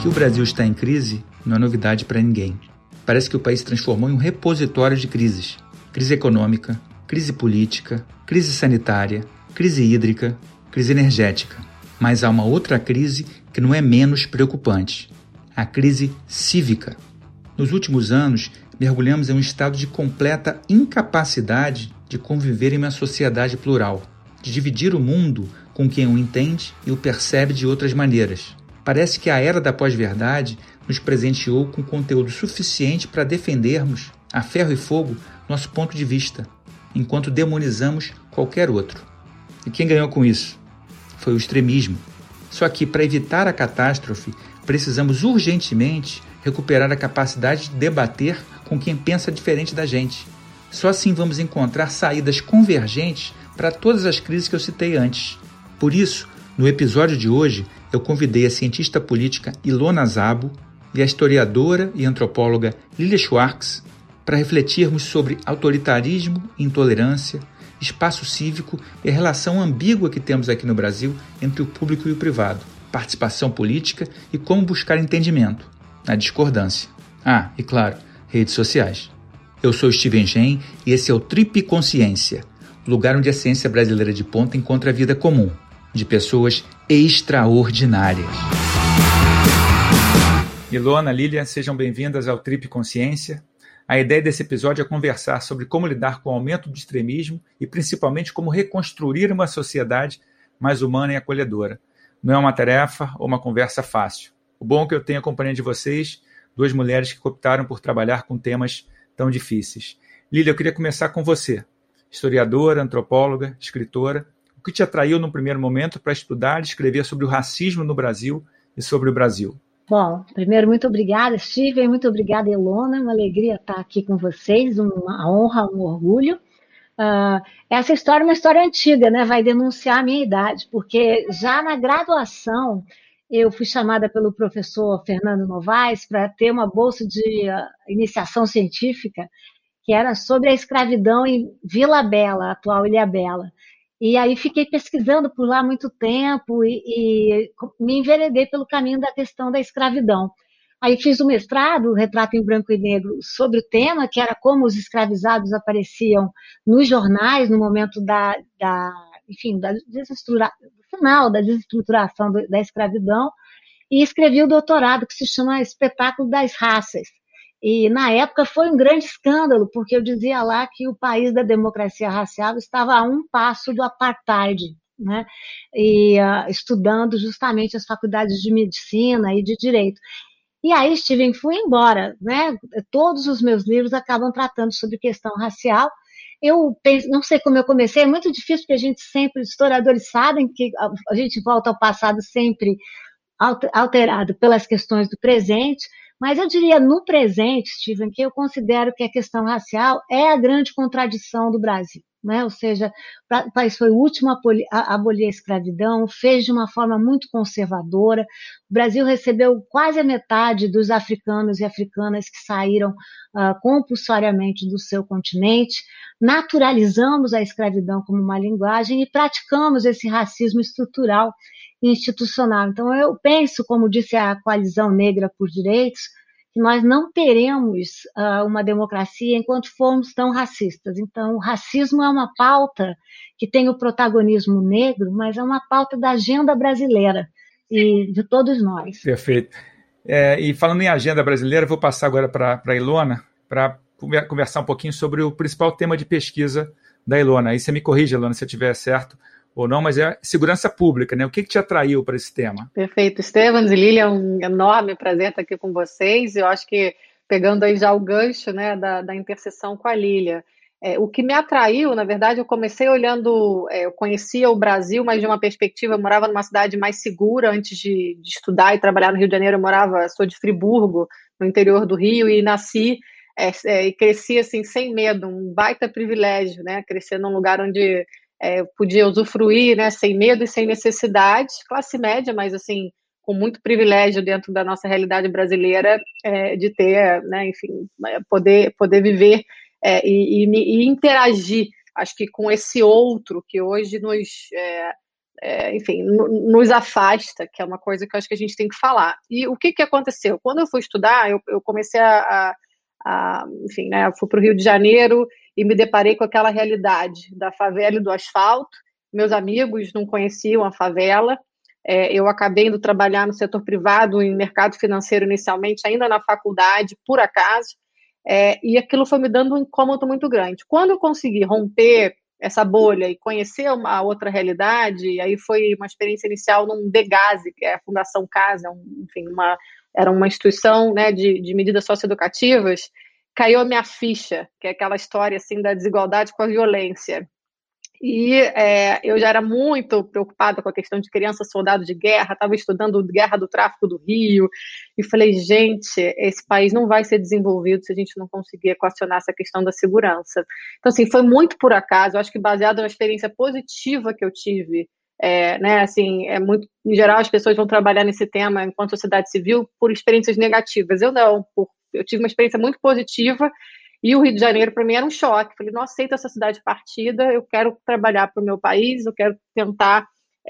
o Brasil está em crise não é novidade para ninguém. Parece que o país se transformou em um repositório de crises. Crise econômica, crise política, crise sanitária, crise hídrica, crise energética. Mas há uma outra crise que não é menos preocupante: a crise cívica. Nos últimos anos, mergulhamos em um estado de completa incapacidade de conviver em uma sociedade plural, de dividir o mundo com quem o entende e o percebe de outras maneiras. Parece que a era da pós-verdade nos presenteou com conteúdo suficiente para defendermos, a ferro e fogo, nosso ponto de vista, enquanto demonizamos qualquer outro. E quem ganhou com isso? Foi o extremismo. Só que, para evitar a catástrofe, precisamos urgentemente recuperar a capacidade de debater com quem pensa diferente da gente. Só assim vamos encontrar saídas convergentes para todas as crises que eu citei antes. Por isso, no episódio de hoje, eu convidei a cientista política Ilona Szabo e a historiadora e antropóloga Lilia Schwartz para refletirmos sobre autoritarismo e intolerância, espaço cívico e a relação ambígua que temos aqui no Brasil entre o público e o privado, participação política e como buscar entendimento na discordância. Ah, e claro, redes sociais. Eu sou Steven Gen e esse é o Trip Consciência, lugar onde a ciência brasileira de ponta encontra a vida comum, de pessoas extraordinárias. Ilona, Lilia, sejam bem-vindas ao Trip Consciência. A ideia desse episódio é conversar sobre como lidar com o aumento do extremismo e principalmente como reconstruir uma sociedade mais humana e acolhedora. Não é uma tarefa ou uma conversa fácil. O bom é que eu tenho a companhia de vocês, duas mulheres que optaram por trabalhar com temas tão difíceis. Lilia, eu queria começar com você, historiadora, antropóloga, escritora. O que te atraiu no primeiro momento para estudar e escrever sobre o racismo no Brasil e sobre o Brasil? Bom, primeiro, muito obrigada, Steven, muito obrigada, Ilona, uma alegria estar aqui com vocês, uma honra, um orgulho. Essa história é uma história antiga, né? Vai denunciar a minha idade, porque já na graduação eu fui chamada pelo professor Fernando Novaes para ter uma bolsa de iniciação científica que era sobre a escravidão em Vila Bela, atual Ilhabela. E aí fiquei pesquisando por lá muito tempo e me enveredei pelo caminho da questão da escravidão. Aí fiz o mestrado, Retrato em Branco e Negro, sobre o tema, que era como os escravizados apareciam nos jornais no momento do final da desestruturação da escravidão, e escrevi o doutorado que se chama Espetáculo das Raças. E, na época, foi um grande escândalo, porque eu dizia lá que o país da democracia racial estava a um passo do apartheid, né? E estudando justamente as faculdades de medicina e de direito. E aí, Steven, fui embora, né? Todos os meus livros acabam tratando sobre questão racial. Eu penso, não sei como eu comecei, é muito difícil, porque a gente sempre, historiadores sabem que a gente volta ao passado sempre alterado pelas questões do presente, mas eu diria no presente, Steven, que eu considero que a questão racial é a grande contradição do Brasil, né? Ou seja, o país foi o último a abolir a escravidão, fez de uma forma muito conservadora. O Brasil recebeu quase a metade dos africanos e africanas que saíram compulsoriamente do seu continente. Naturalizamos a escravidão como uma linguagem e praticamos esse racismo estrutural e institucional. Então, eu penso, como disse a Coalizão Negra por Direitos, que nós não teremos uma democracia enquanto formos tão racistas. Então, o racismo é uma pauta que tem o protagonismo negro, mas é uma pauta da agenda brasileira e de todos nós. Perfeito. E falando em agenda brasileira, vou passar agora para a Ilona para conversar um pouquinho sobre o principal tema de pesquisa da Ilona. Aí você me corrige, Ilona, se eu estiver certo ou não, mas é segurança pública, né? O que te atraiu para esse tema? Perfeito, Estevam e Lília, é um enorme prazer estar aqui com vocês. Eu acho que, pegando aí já o gancho, né, da interseção com a Lília, o que me atraiu, na verdade, eu comecei olhando, eu conhecia o Brasil, mas de uma perspectiva, eu morava numa cidade mais segura antes de estudar e trabalhar no Rio de Janeiro. Sou de Friburgo, no interior do Rio, e nasci e cresci assim, sem medo, um baita privilégio, né, crescer num lugar onde podia usufruir, né, sem medo e sem necessidade, classe média, mas assim, com muito privilégio dentro da nossa realidade brasileira, de ter, né, enfim, poder viver e interagir, acho que com esse outro que hoje enfim, nos afasta, que é uma coisa que eu acho que a gente tem que falar. E o que aconteceu? Quando eu fui estudar, eu comecei enfim, né, fui para o Rio de Janeiro e me deparei com aquela realidade da favela e do asfalto. Meus amigos não conheciam a favela. Eu acabei indo trabalhar no setor privado, em mercado financeiro inicialmente, ainda na faculdade, por acaso, e aquilo foi me dando um incômodo muito grande. Quando eu consegui romper essa bolha e conhecer uma outra realidade, e aí foi uma experiência inicial num DEGASE, que é a Fundação CASE, enfim, era uma instituição, né, de medidas socioeducativas, caiu a minha ficha, que é aquela história assim da desigualdade com a violência. E eu já era muito preocupada com a questão de criança soldado de guerra, estava estudando guerra do tráfico do Rio, e falei, gente, esse país não vai ser desenvolvido se a gente não conseguir equacionar essa questão da segurança. Então, assim, foi muito por acaso, eu acho que baseado na experiência positiva que eu tive, né, assim, muito, em geral, as pessoas vão trabalhar nesse tema enquanto sociedade civil por experiências negativas. Eu não, eu tive uma experiência muito positiva. E o Rio de Janeiro, para mim, era um choque. Falei, não aceito essa cidade partida, eu quero trabalhar para o meu país, eu quero tentar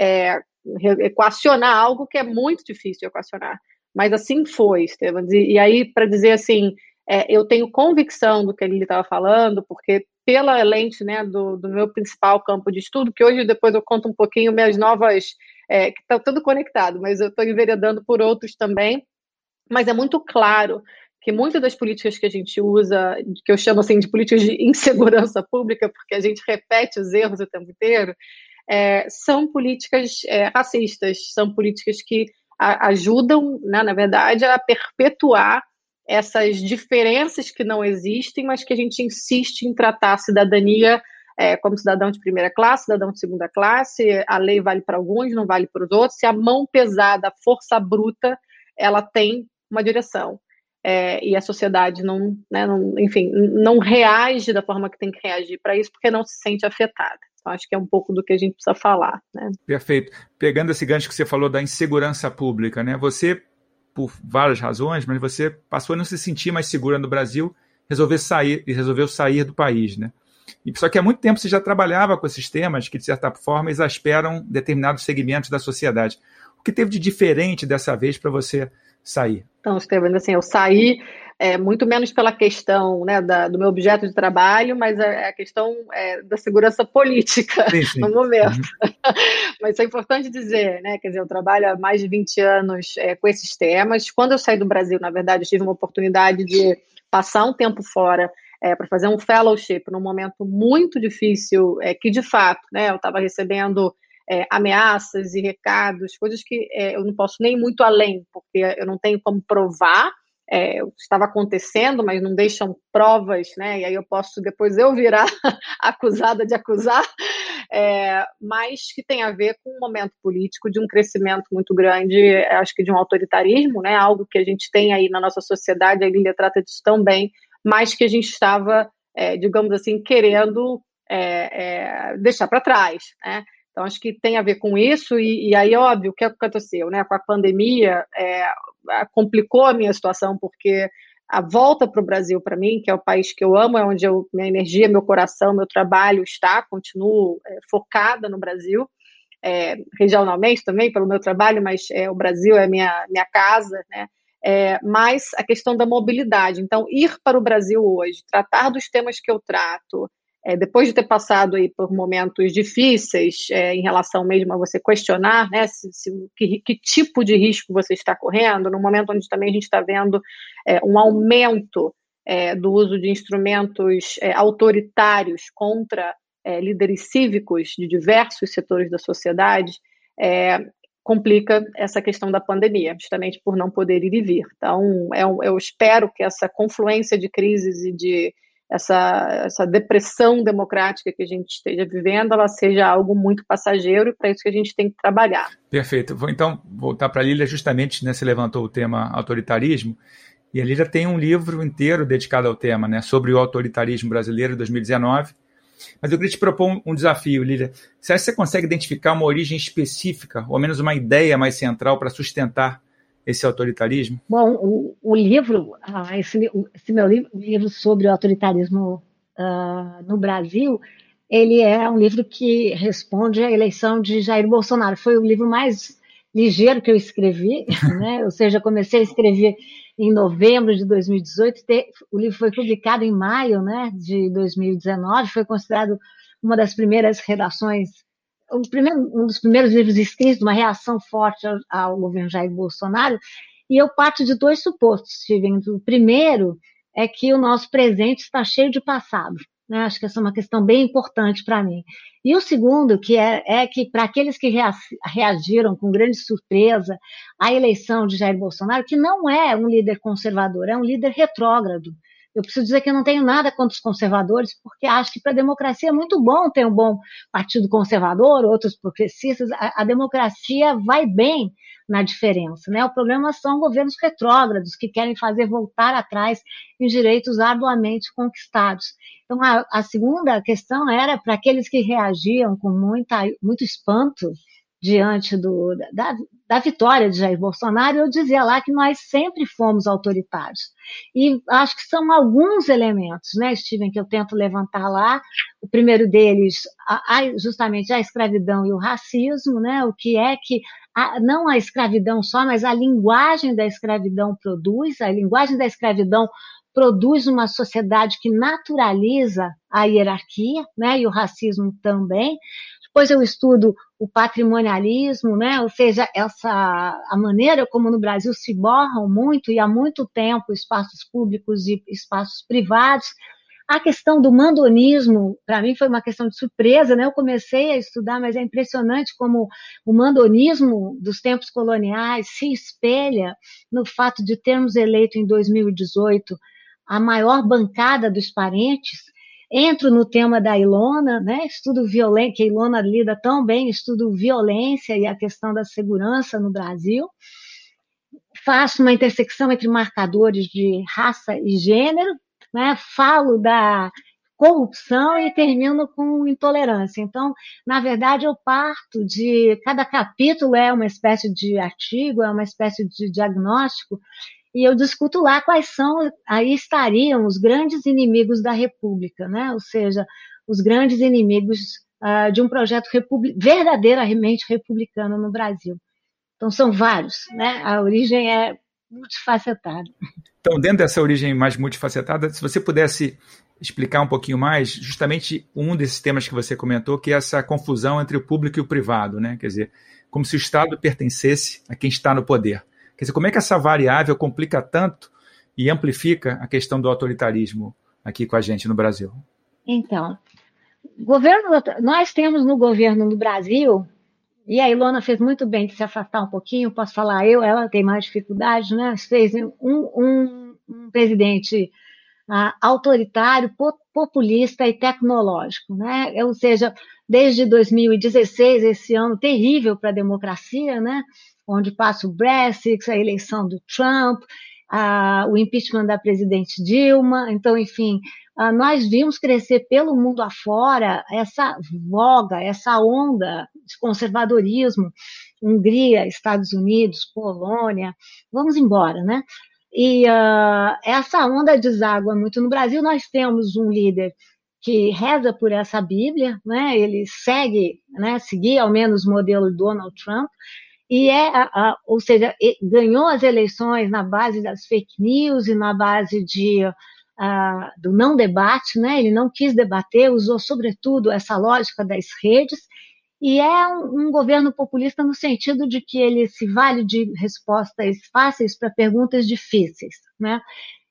equacionar algo que é muito difícil de equacionar. Mas assim foi, Estevam. E aí, para dizer assim, eu tenho convicção do que ele estava falando, porque pela lente, né, do meu principal campo de estudo, que hoje depois eu conto um pouquinho minhas novas, que está tudo conectado, mas eu estou enveredando por outros também. Mas é muito claro que muitas das políticas que a gente usa, que eu chamo assim de políticas de insegurança pública, porque a gente repete os erros o tempo inteiro, são políticas racistas, são políticas que ajudam, né, na verdade, a perpetuar essas diferenças que não existem, mas que a gente insiste em tratar a cidadania como cidadão de primeira classe, cidadão de segunda classe, a lei vale para alguns, não vale para os outros, se a mão pesada, a força bruta, ela tem uma direção. E a sociedade enfim, não reage da forma que tem que reagir para isso, porque não se sente afetada. Então, acho que é um pouco do que a gente precisa falar, né? Perfeito. Pegando esse gancho que você falou da insegurança pública, né? Você, por várias razões, mas você passou a não se sentir mais segura no Brasil, resolveu sair do país, né? E só que há muito tempo você já trabalhava com esses temas que, de certa forma, exasperam determinados segmentos da sociedade. O que teve de diferente dessa vez para você sair? Então, Estevam, assim, eu saí muito menos pela questão, né, do meu objeto de trabalho, mas a questão da segurança política sim. no momento. Mas isso é importante dizer, né? Quer dizer, eu trabalho há mais de 20 anos com esses temas. Quando eu saí do Brasil, na verdade, eu tive uma oportunidade de passar um tempo fora para fazer um fellowship num momento muito difícil, que de fato, né, eu estava recebendo ameaças e recados, coisas que eu não posso nem ir muito além, porque eu não tenho como provar, estava acontecendo, mas não deixam provas, né? E aí eu posso depois eu virar acusada de acusar, mas que tem a ver com um momento político de um crescimento muito grande, acho que de um autoritarismo, né? Algo que a gente tem aí na nossa sociedade, a Lília trata disso tão bem, mas que a gente estava, digamos assim, querendo deixar para trás, né? Então, acho que tem a ver com isso, e aí, óbvio, o que aconteceu, né? Com a pandemia, complicou a minha situação, porque a volta para o Brasil, para mim, que é o país que eu amo, é onde minha energia, meu coração, meu trabalho continuo focada no Brasil, regionalmente também, pelo meu trabalho, mas o Brasil é minha casa, né? Mas a questão da mobilidade. Então, ir para o Brasil hoje, tratar dos temas que eu trato, depois de ter passado aí por momentos difíceis em relação mesmo a você questionar, né, que tipo de risco você está correndo, no momento onde também a gente está vendo um aumento do uso de instrumentos autoritários contra líderes cívicos de diversos setores da sociedade, complica essa questão da pandemia, justamente por não poder ir e vir. Então, eu espero que essa confluência de crises e de essa depressão democrática que a gente esteja vivendo, ela seja algo muito passageiro, e para isso que a gente tem que trabalhar. Perfeito. Vou então voltar para a Lília, justamente, né, você levantou o tema autoritarismo, e a Lília tem um livro inteiro dedicado ao tema, né, sobre o autoritarismo brasileiro, 2019. Mas eu queria te propor um desafio, Lília. Você acha que você consegue identificar uma origem específica, ou ao menos uma ideia mais central para sustentar esse autoritarismo? Bom, o livro, esse meu livro sobre o autoritarismo no Brasil, Ele é um livro que responde à eleição de Jair Bolsonaro. Foi o livro mais ligeiro que eu escrevi, né? Ou seja, comecei a escrever em novembro de 2018, o livro foi publicado em maio, né, de 2019, foi considerado uma das primeiras redações, um dos primeiros livros escritos, uma reação forte ao governo Jair Bolsonaro, e eu parto de dois supostos, Steven. O primeiro é que o nosso presente está cheio de passado, né? Acho que essa é uma questão bem importante para mim. E o segundo, que é que para aqueles que reagiram com grande surpresa à eleição de Jair Bolsonaro, que não é um líder conservador, é um líder retrógrado. Eu preciso dizer que eu não tenho nada contra os conservadores, porque acho que para a democracia é muito bom ter um bom partido conservador, outros progressistas. A democracia vai bem na diferença, né? O problema são governos retrógrados que querem fazer voltar atrás em direitos arduamente conquistados. Então, a segunda questão era para aqueles que reagiam com muito espanto diante da vitória de Jair Bolsonaro, eu dizia lá que nós sempre fomos autoritários. E acho que são alguns elementos, né, Steven, que eu tento levantar lá. O primeiro deles, justamente a escravidão e o racismo, né, o que é que, não a escravidão só, mas a linguagem da escravidão produz uma sociedade que naturaliza a hierarquia, né, e o racismo também. Depois eu estudo o patrimonialismo, né? Ou seja, a maneira como no Brasil se borram muito e há muito tempo espaços públicos e espaços privados. A questão do mandonismo, para mim, foi uma questão de surpresa, né? Eu comecei a estudar, mas é impressionante como o mandonismo dos tempos coloniais se espelha no fato de termos eleito em 2018 a maior bancada dos parentes. Entro no tema da Ilona, né? Estudo violência, que a Ilona lida tão bem, estudo violência e a questão da segurança no Brasil. Faço uma intersecção entre marcadores de raça e gênero, né? Falo da corrupção e termino com intolerância. Então, na verdade, eu parto de... Cada capítulo é uma espécie de artigo, é uma espécie de diagnóstico, e eu discuto lá quais são, aí estariam os grandes inimigos da República, né? Ou seja, os grandes inimigos de um projeto verdadeiramente republicano no Brasil. Então, são vários, né? A origem é multifacetada. Então, dentro dessa origem mais multifacetada, se você pudesse explicar um pouquinho mais, justamente um desses temas que você comentou, que é essa confusão entre o público e o privado, né? Quer dizer, como se o Estado pertencesse a quem está no poder. Quer dizer, como é que essa variável complica tanto e amplifica a questão do autoritarismo aqui com a gente no Brasil? Então, nós temos no governo no Brasil, e a Ilona fez muito bem de se afastar um pouquinho, posso falar ela tem mais dificuldade, né? Fez um presidente autoritário, populista e tecnológico, né? Ou seja, desde 2016, esse ano terrível para a democracia, né? Onde passa o Brexit, a eleição do Trump, o impeachment da presidente Dilma. Então, enfim, nós vimos crescer pelo mundo afora essa voga, essa onda de conservadorismo, Hungria, Estados Unidos, Polônia, vamos embora, né? E essa onda deságua muito no Brasil. Nós temos um líder que reza por essa Bíblia, né? Ele seguia ao menos o modelo Donald Trump, e ou seja, ganhou as eleições na base das fake news e na base do não debate, né? Ele não quis debater, usou sobretudo essa lógica das redes, e é um governo populista no sentido de que ele se vale de respostas fáceis para perguntas difíceis, né?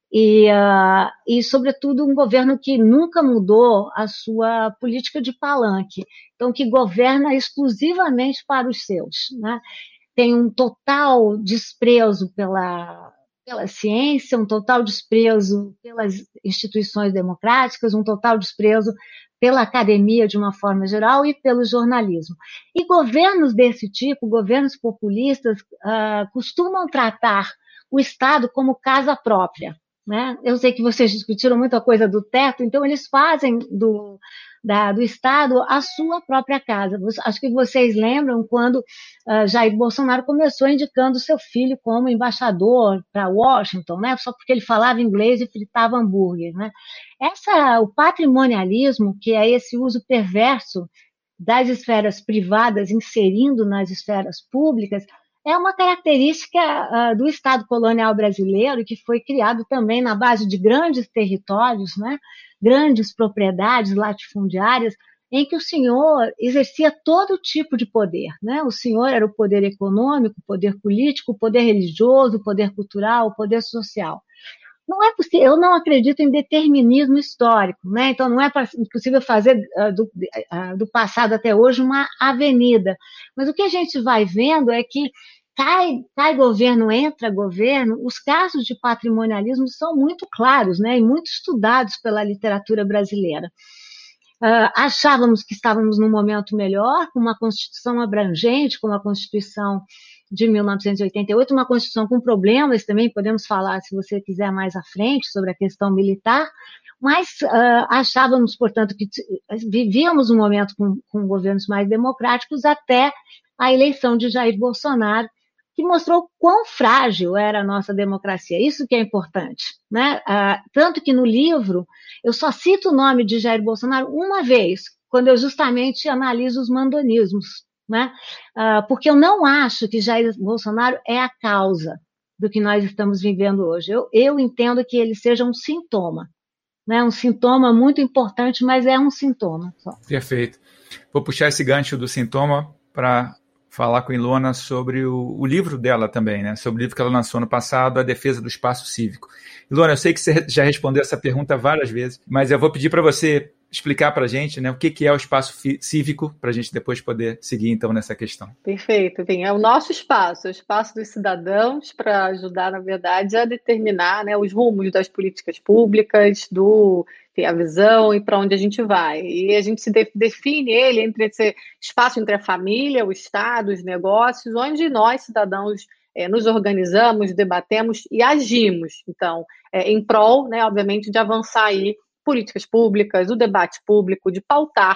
E, sobretudo, um governo que nunca mudou a sua política de palanque, então que governa exclusivamente para os seus, né? Tem um total desprezo pela ciência, um total desprezo pelas instituições democráticas, um total desprezo pela academia de uma forma geral e pelo jornalismo. E governos desse tipo, governos populistas, costumam tratar o Estado como casa própria, né? Eu sei que vocês discutiram muita coisa do teto, então eles fazem do Estado a sua própria casa. Acho que vocês lembram quando Jair Bolsonaro começou indicando seu filho como embaixador para Washington, né? Só porque ele falava inglês e fritava hambúrguer, né? O patrimonialismo, que é esse uso perverso das esferas privadas inserindo nas esferas públicas, é uma característica do Estado colonial brasileiro, que foi criado também na base de grandes territórios, né? Grandes propriedades latifundiárias, em que o senhor exercia todo tipo de poder, né? O senhor era o poder econômico, o poder político, o poder religioso, o poder cultural, o poder social. Não é possível, eu não acredito em determinismo histórico, né? Então não é possível fazer do passado até hoje uma avenida. Mas o que a gente vai vendo é que cai governo, entra governo, os casos de patrimonialismo são muito claros, né? E muito estudados pela literatura brasileira. Achávamos que estávamos num momento melhor, com uma Constituição abrangente, com uma Constituição de 1988, uma Constituição com problemas também, podemos falar, se você quiser, mais à frente, sobre a questão militar, mas achávamos, portanto, que vivíamos um momento com governos mais democráticos até a eleição de Jair Bolsonaro, que mostrou quão frágil era a nossa democracia. Isso que é importante, né? Tanto que no livro eu só cito o nome de Jair Bolsonaro uma vez, quando eu justamente analiso os mandonismos, né? Porque eu não acho que Jair Bolsonaro é a causa do que nós estamos vivendo hoje. Eu entendo que ele seja um sintoma, né? Um sintoma muito importante, mas é um sintoma só. Perfeito. Vou puxar esse gancho do sintoma para falar com a Ilona sobre o livro dela também, né? Sobre o livro que ela lançou no passado, A Defesa do Espaço Cívico. Ilona, eu sei que você já respondeu essa pergunta várias vezes, mas eu vou pedir para você explicar para a gente, né, o que é o espaço cívico, para a gente depois poder seguir, então, nessa questão. Perfeito, bem, é o nosso espaço, é o espaço dos cidadãos para ajudar, na verdade, a determinar, né, os rumos das políticas públicas, a visão e para onde a gente vai. E a gente se define ele entre esse espaço entre a família, o Estado, os negócios, onde nós, cidadãos, nos organizamos, debatemos e agimos. Então, em prol, né, obviamente, de avançar aí políticas públicas, o debate público, de pautar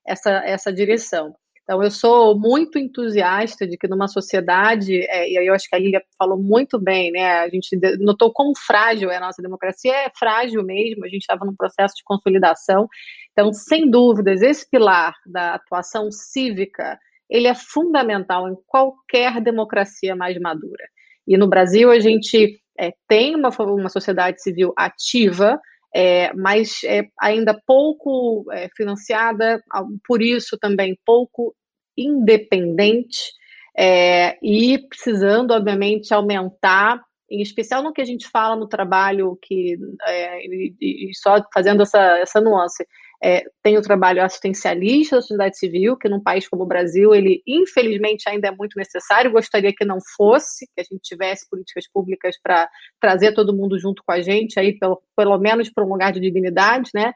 essa direção. Então, eu sou muito entusiasta de que numa sociedade, e aí eu acho que a Lília falou muito bem, né? A gente notou quão frágil é a nossa democracia, é frágil mesmo, a gente estava num processo de consolidação. Então, sem dúvidas, esse pilar da atuação cívica, ele é fundamental em qualquer democracia mais madura. E no Brasil, a gente tem uma sociedade civil ativa, mas ainda pouco financiada, por isso também pouco independente, e precisando, obviamente, aumentar, em especial no que a gente fala no trabalho, e só fazendo essa nuance, tem o trabalho assistencialista da sociedade civil, que num país como o Brasil, ele infelizmente ainda é muito necessário, gostaria que não fosse, que a gente tivesse políticas públicas para trazer todo mundo junto com a gente, aí pelo menos para um lugar de dignidade, né?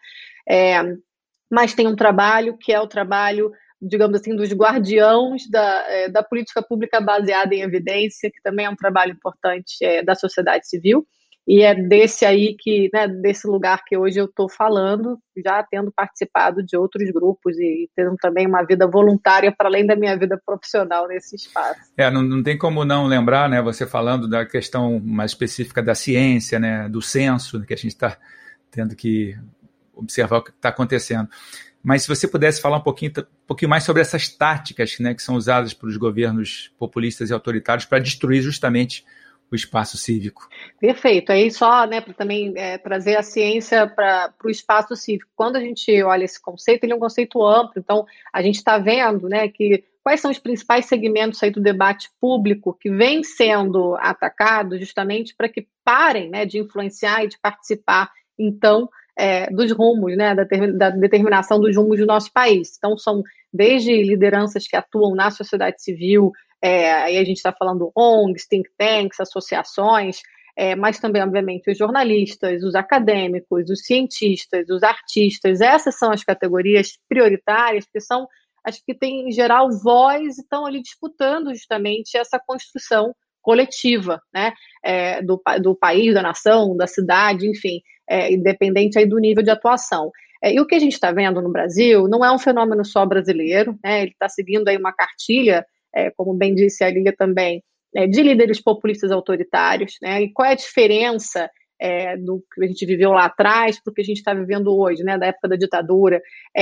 Mas tem um trabalho que é o trabalho, digamos assim, dos guardiãos da política pública baseada em evidência, que também é um trabalho importante da sociedade civil. E é desse aí desse lugar que hoje eu estou falando, já tendo participado de outros grupos e tendo também uma vida voluntária para além da minha vida profissional nesse espaço. Não tem como não lembrar, né, você falando da questão mais específica da ciência, né, do censo, que a gente está tendo que observar o que está acontecendo. Mas se você pudesse falar um pouquinho mais sobre essas táticas, né, que são usadas pelos governos populistas e autoritários para destruir justamente o espaço cívico. Perfeito. Aí só, né, para também trazer a ciência para o espaço cívico. Quando a gente olha esse conceito, ele é um conceito amplo. Então, a gente está vendo, né, que quais são os principais segmentos aí do debate público que vem sendo atacados justamente para que parem, né, de influenciar e de participar, então, dos rumos, né, da determinação dos rumos do nosso país. Então, são desde lideranças que atuam na sociedade civil, aí a gente está falando ONGs, think tanks, associações, mas também, obviamente, os jornalistas, os acadêmicos, os cientistas, os artistas. Essas são as categorias prioritárias, que são as que têm, em geral, voz e estão ali disputando justamente essa construção coletiva, né, do país, da nação, da cidade, enfim, independente aí do nível de atuação. E o que a gente está vendo no Brasil não é um fenômeno só brasileiro, né, ele está seguindo aí uma cartilha, como bem disse a Lília também, de líderes populistas autoritários, né, e qual é a diferença do que a gente viveu lá atrás para o que a gente está vivendo hoje, né, da época da ditadura.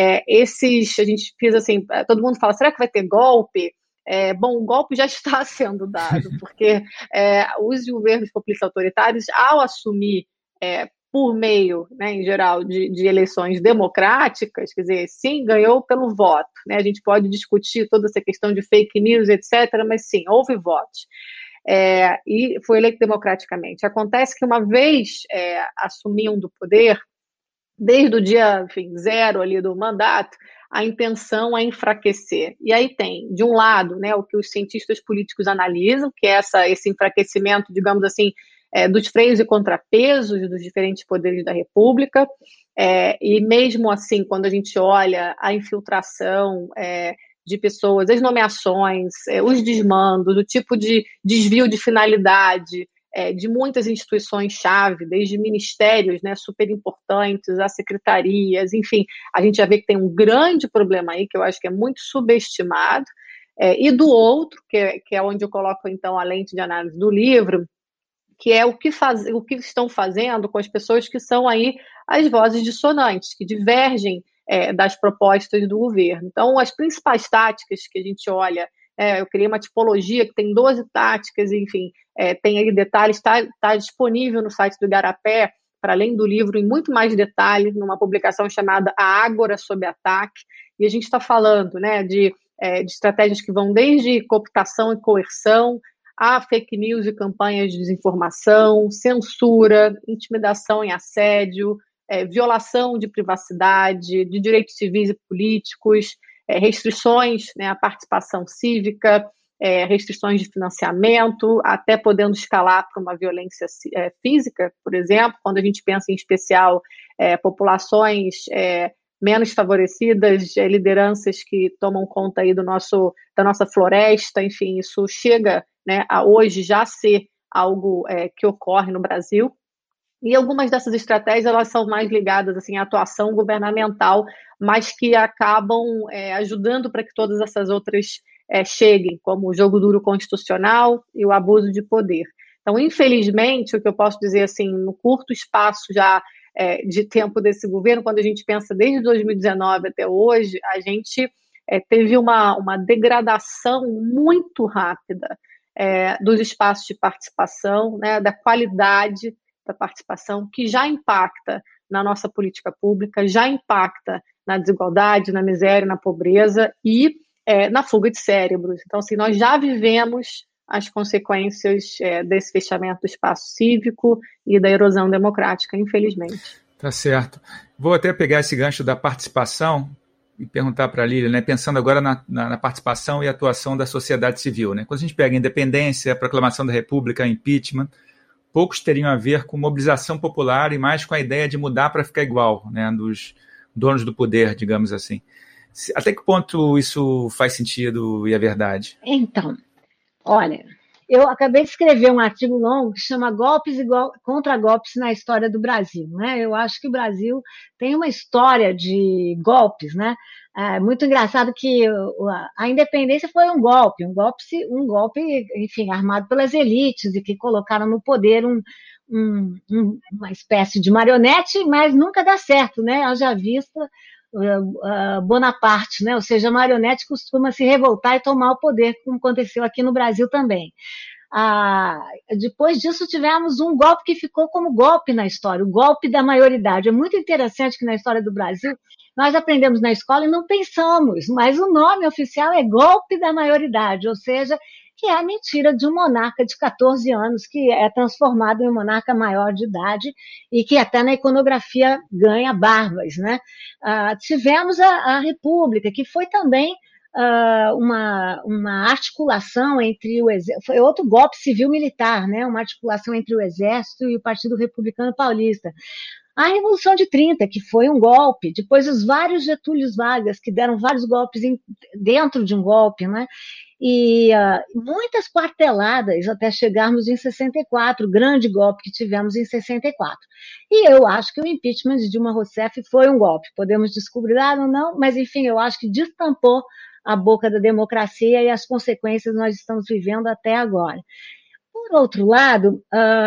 A gente fez assim, todo mundo fala, será que vai ter golpe? Bom, o golpe já está sendo dado, porque os governos populistas autoritários, ao assumir por meio, né, em geral, de eleições democráticas, quer dizer, sim, ganhou pelo voto, né? A gente pode discutir toda essa questão de fake news, etc., mas sim, houve votos. E foi eleito democraticamente. Acontece que uma vez assumindo o poder, desde o dia, enfim, zero ali do mandato, a intenção é enfraquecer. E aí tem, de um lado, né, o que os cientistas políticos analisam, que é esse enfraquecimento, digamos assim, dos freios e contrapesos dos diferentes poderes da República, e mesmo assim, quando a gente olha a infiltração de pessoas, as nomeações, os desmandos, o tipo de desvio de finalidade de muitas instituições-chave, desde ministérios, né, super importantes, a secretarias, enfim, a gente já vê que tem um grande problema aí, que eu acho que é muito subestimado, e do outro, que é onde eu coloco, então, a lente de análise do livro, que é o que estão fazendo com as pessoas que são aí as vozes dissonantes, que divergem das propostas do governo. Então, as principais táticas que a gente olha, eu criei uma tipologia que tem 12 táticas, enfim, tem aí detalhes, está disponível no site do Igarapé, para além do livro, em muito mais detalhes, numa publicação chamada A Ágora sob Ataque, e a gente está falando, né, de estratégias que vão desde cooptação e coerção, a fake news e campanhas de desinformação, censura, intimidação e assédio, violação de privacidade, de direitos civis e políticos, restrições, né, à participação cívica, restrições de financiamento, até podendo escalar para uma violência física, por exemplo, quando a gente pensa em especial populações menos favorecidas, lideranças que tomam conta aí da nossa floresta, enfim, isso chega, né, a hoje já ser algo que ocorre no Brasil. E algumas dessas estratégias, elas são mais ligadas assim, à atuação governamental, mas que acabam ajudando para que todas essas outras cheguem, como o jogo duro constitucional e o abuso de poder. Então, infelizmente, o que eu posso dizer assim, no curto espaço já de tempo desse governo, quando a gente pensa desde 2019 até hoje, a gente teve uma degradação muito rápida dos espaços de participação, né, da qualidade da participação, que já impacta na nossa política pública, já impacta na desigualdade, na miséria, na pobreza e na fuga de cérebros. Então, assim, nós já vivemos as consequências desse fechamento do espaço cívico e da erosão democrática, infelizmente. Tá certo. Vou até pegar esse gancho da participação e perguntar para a Lília, né, pensando agora na participação e atuação da sociedade civil. Né? Quando a gente pega a independência, a proclamação da República, impeachment, poucos teriam a ver com mobilização popular e mais com a ideia de mudar para ficar igual, né, dos donos do poder, digamos assim. Até que ponto isso faz sentido e é verdade? Então, olha, eu acabei de escrever um artigo longo que chama Golpes e Contra-Golpes na História do Brasil, né? Eu acho que o Brasil tem uma história de golpes, né? É muito engraçado que a independência foi um golpe, enfim, armado pelas elites e que colocaram no poder uma espécie de marionete, mas nunca dá certo, né? Haja vista Bonaparte, né? Ou seja, a marionete costuma se revoltar e tomar o poder, como aconteceu aqui no Brasil também. Depois disso tivemos um golpe que ficou como golpe na história, o golpe da maioridade. É muito interessante que na história do Brasil nós aprendemos na escola e não pensamos, mas o nome oficial é golpe da maioridade, ou seja, que é a mentira de um monarca de 14 anos que é transformado em um monarca maior de idade e que até na iconografia ganha barbas, né? Tivemos a República, que foi também uma articulação entre o exército, foi outro golpe civil-militar, né? Uma articulação entre o exército e o Partido Republicano Paulista. A Revolução de 30, que foi um golpe, depois os vários Getúlios Vargas, que deram vários golpes dentro de um golpe, né? E muitas quarteladas até chegarmos em 64, o grande golpe que tivemos em 64. E eu acho que o impeachment de Dilma Rousseff foi um golpe. Podemos discordar ou não, mas enfim, eu acho que destampou a boca da democracia e as consequências nós estamos vivendo até agora. Por outro lado,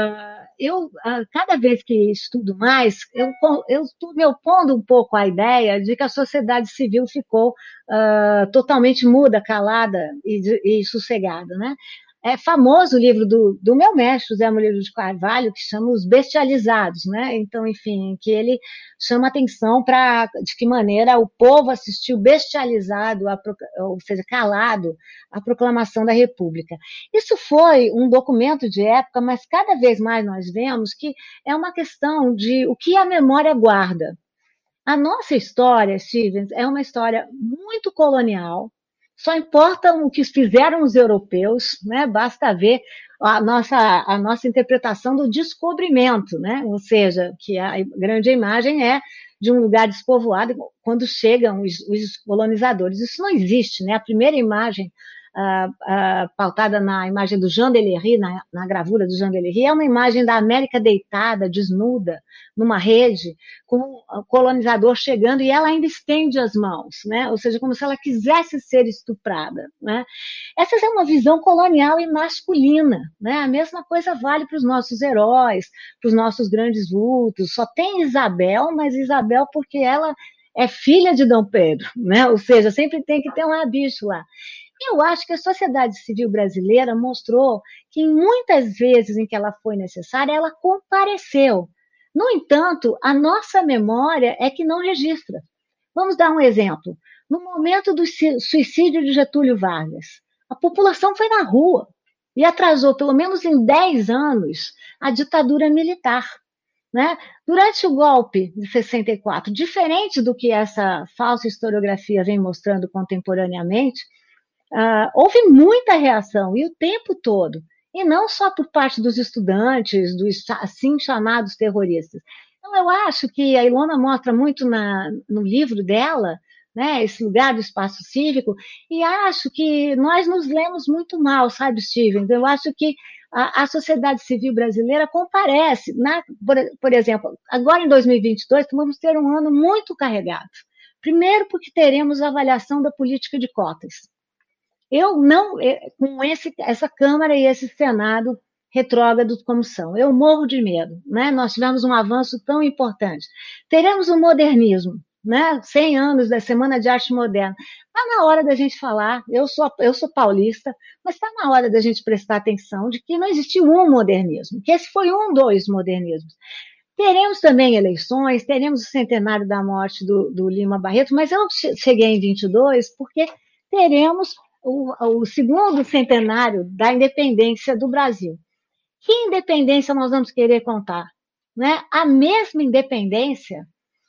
cada vez que estudo mais, eu estou me opondo um pouco à ideia de que a sociedade civil ficou totalmente muda, calada e sossegada, né? É famoso o livro do meu mestre, José Murilo de Carvalho, que chama Os Bestializados, né? Então, enfim, que ele chama atenção para de que maneira o povo assistiu bestializado, ou seja, calado, à proclamação da República. Isso foi um documento de época, mas cada vez mais nós vemos que é uma questão de o que a memória guarda. A nossa história, Stevens, é uma história muito colonial, só importa o que fizeram os europeus, né? Basta ver a nossa interpretação do descobrimento, né? Ou seja, que a grande imagem é de um lugar despovoado quando chegam os colonizadores. Isso não existe, né? A primeira imagem pautada na imagem do Jean Delery, na gravura do Jean Delery, é uma imagem da América deitada, desnuda, numa rede, com o colonizador chegando e ela ainda estende as mãos, né? Ou seja, como se ela quisesse ser estuprada, né? Essa é uma visão colonial e masculina, né? A mesma coisa vale para os nossos heróis, para os nossos grandes vultos. Só tem Isabel, mas Isabel porque ela é filha de Dom Pedro, né? Ou seja, sempre tem que ter um rabicho lá. Eu acho que a sociedade civil brasileira mostrou que, em muitas vezes em que ela foi necessária, ela compareceu. No entanto, a nossa memória é que não registra. Vamos dar um exemplo. No momento do suicídio de Getúlio Vargas, a população foi na rua e atrasou, pelo menos em 10 anos, a ditadura militar. Né? Durante o golpe de 64, diferente do que essa falsa historiografia vem mostrando contemporaneamente, houve muita reação, e o tempo todo, e não só por parte dos estudantes, dos assim chamados terroristas. Então, eu acho que a Ilona mostra muito no livro dela, né, esse lugar do espaço cívico, e acho que nós nos lemos muito mal, sabe, Steven? Eu acho que a sociedade civil brasileira comparece, por exemplo, agora em 2022, vamos ter um ano muito carregado. Primeiro, porque teremos a avaliação da política de cotas. Eu não, com essa Câmara e esse Senado retrógrados como são, eu morro de medo, né? Nós tivemos um avanço tão importante. Teremos o modernismo, né? 100 anos da Semana de Arte Moderna. Está na hora da gente falar, eu sou paulista, mas está na hora da gente prestar atenção de que não existiu um modernismo, que esse foi um dos modernismos. Teremos também eleições, teremos o centenário da morte do Lima Barreto, mas eu cheguei em 22 porque teremos o segundo centenário da independência do Brasil. Que independência nós vamos querer contar? Né? A mesma independência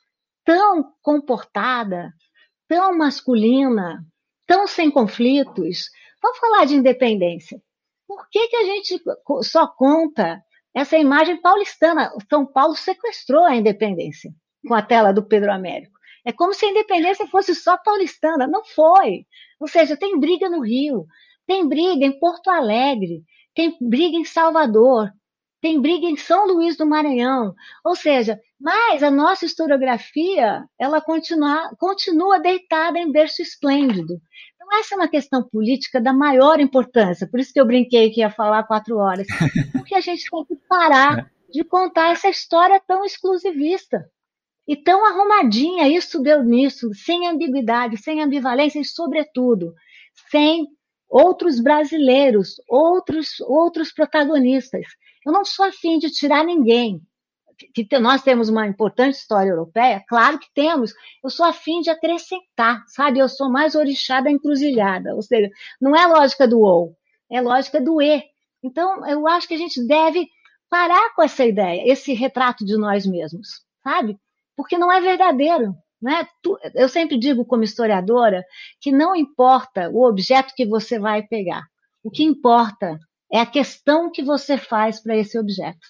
tão comportada, tão masculina, tão sem conflitos. Vamos falar de independência. Por que a gente só conta essa imagem paulistana? São Paulo sequestrou a independência com a tela do Pedro Américo. É como se a independência fosse só paulistana. Não foi. Ou seja, tem briga no Rio, tem briga em Porto Alegre, tem briga em Salvador, tem briga em São Luís do Maranhão. Ou seja, mas a nossa historiografia, ela continua deitada em berço esplêndido. Então, essa é uma questão política da maior importância. Por isso que eu brinquei que ia falar 4 horas. Porque a gente tem que parar de contar essa história tão exclusivista. E tão arrumadinha, isso deu nisso, sem ambiguidade, sem ambivalência e, sobretudo, sem outros brasileiros, outros protagonistas. Eu não sou afim de tirar ninguém. Nós temos uma importante história europeia, claro que temos. Eu sou afim de acrescentar, sabe? Eu sou mais orixá da encruzilhada. Ou seja, não é lógica do ou, é lógica do e. Então, eu acho que a gente deve parar com essa ideia, esse retrato de nós mesmos, sabe? Porque não é verdadeiro. Né? Eu sempre digo, como historiadora, que não importa o objeto que você vai pegar. O que importa é a questão que você faz para esse objeto.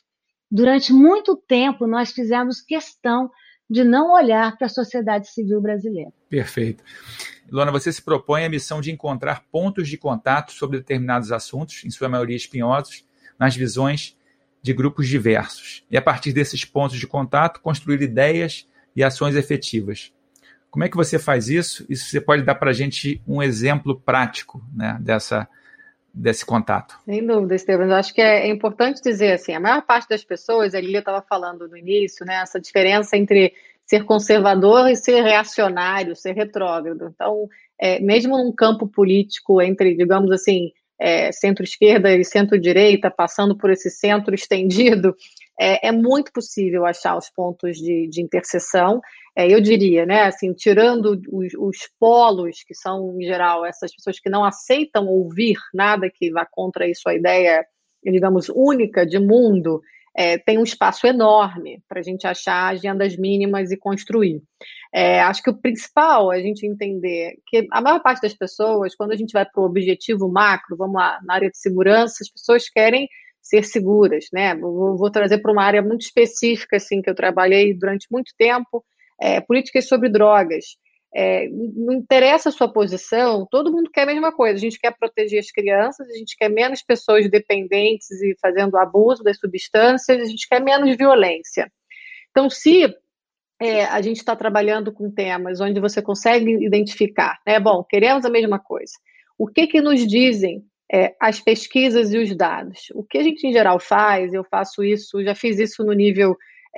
Durante muito tempo, nós fizemos questão de não olhar para a sociedade civil brasileira. Perfeito. Ilona, você se propõe a missão de encontrar pontos de contato sobre determinados assuntos, em sua maioria espinhosos, nas visões de grupos diversos. E, a partir desses pontos de contato, construir ideias e ações efetivas. Como é que você faz isso? E você pode dar para a gente um exemplo prático, né, desse contato? Sem dúvida, Estevam. Eu acho que é importante dizer assim, a maior parte das pessoas, a Lilia estava falando no início, né, essa diferença entre ser conservador e ser reacionário, ser retrógrado. Então, mesmo num campo político entre, digamos assim, centro-esquerda e centro-direita, passando por esse centro estendido, é muito possível achar os pontos de interseção. Eu diria, né, assim, tirando os polos, que são, em geral, essas pessoas que não aceitam ouvir nada que vá contra isso, a ideia, digamos, única de mundo, tem um espaço enorme para a gente achar agendas mínimas e construir. Acho que o principal é a gente entender que a maior parte das pessoas, quando a gente vai para o objetivo macro, vamos lá, na área de segurança, as pessoas querem ser seguras, né? Vou trazer para uma área muito específica, assim, que eu trabalhei durante muito tempo, políticas sobre drogas. Não interessa a sua posição, todo mundo quer a mesma coisa. A gente quer proteger as crianças, a gente quer menos pessoas dependentes e fazendo abuso das substâncias, a gente quer menos violência. Então, se a gente está trabalhando com temas onde você consegue identificar, né? Bom, queremos a mesma coisa. O que nos dizem as pesquisas e os dados? O que a gente, em geral, faz, eu faço isso, já fiz isso no nível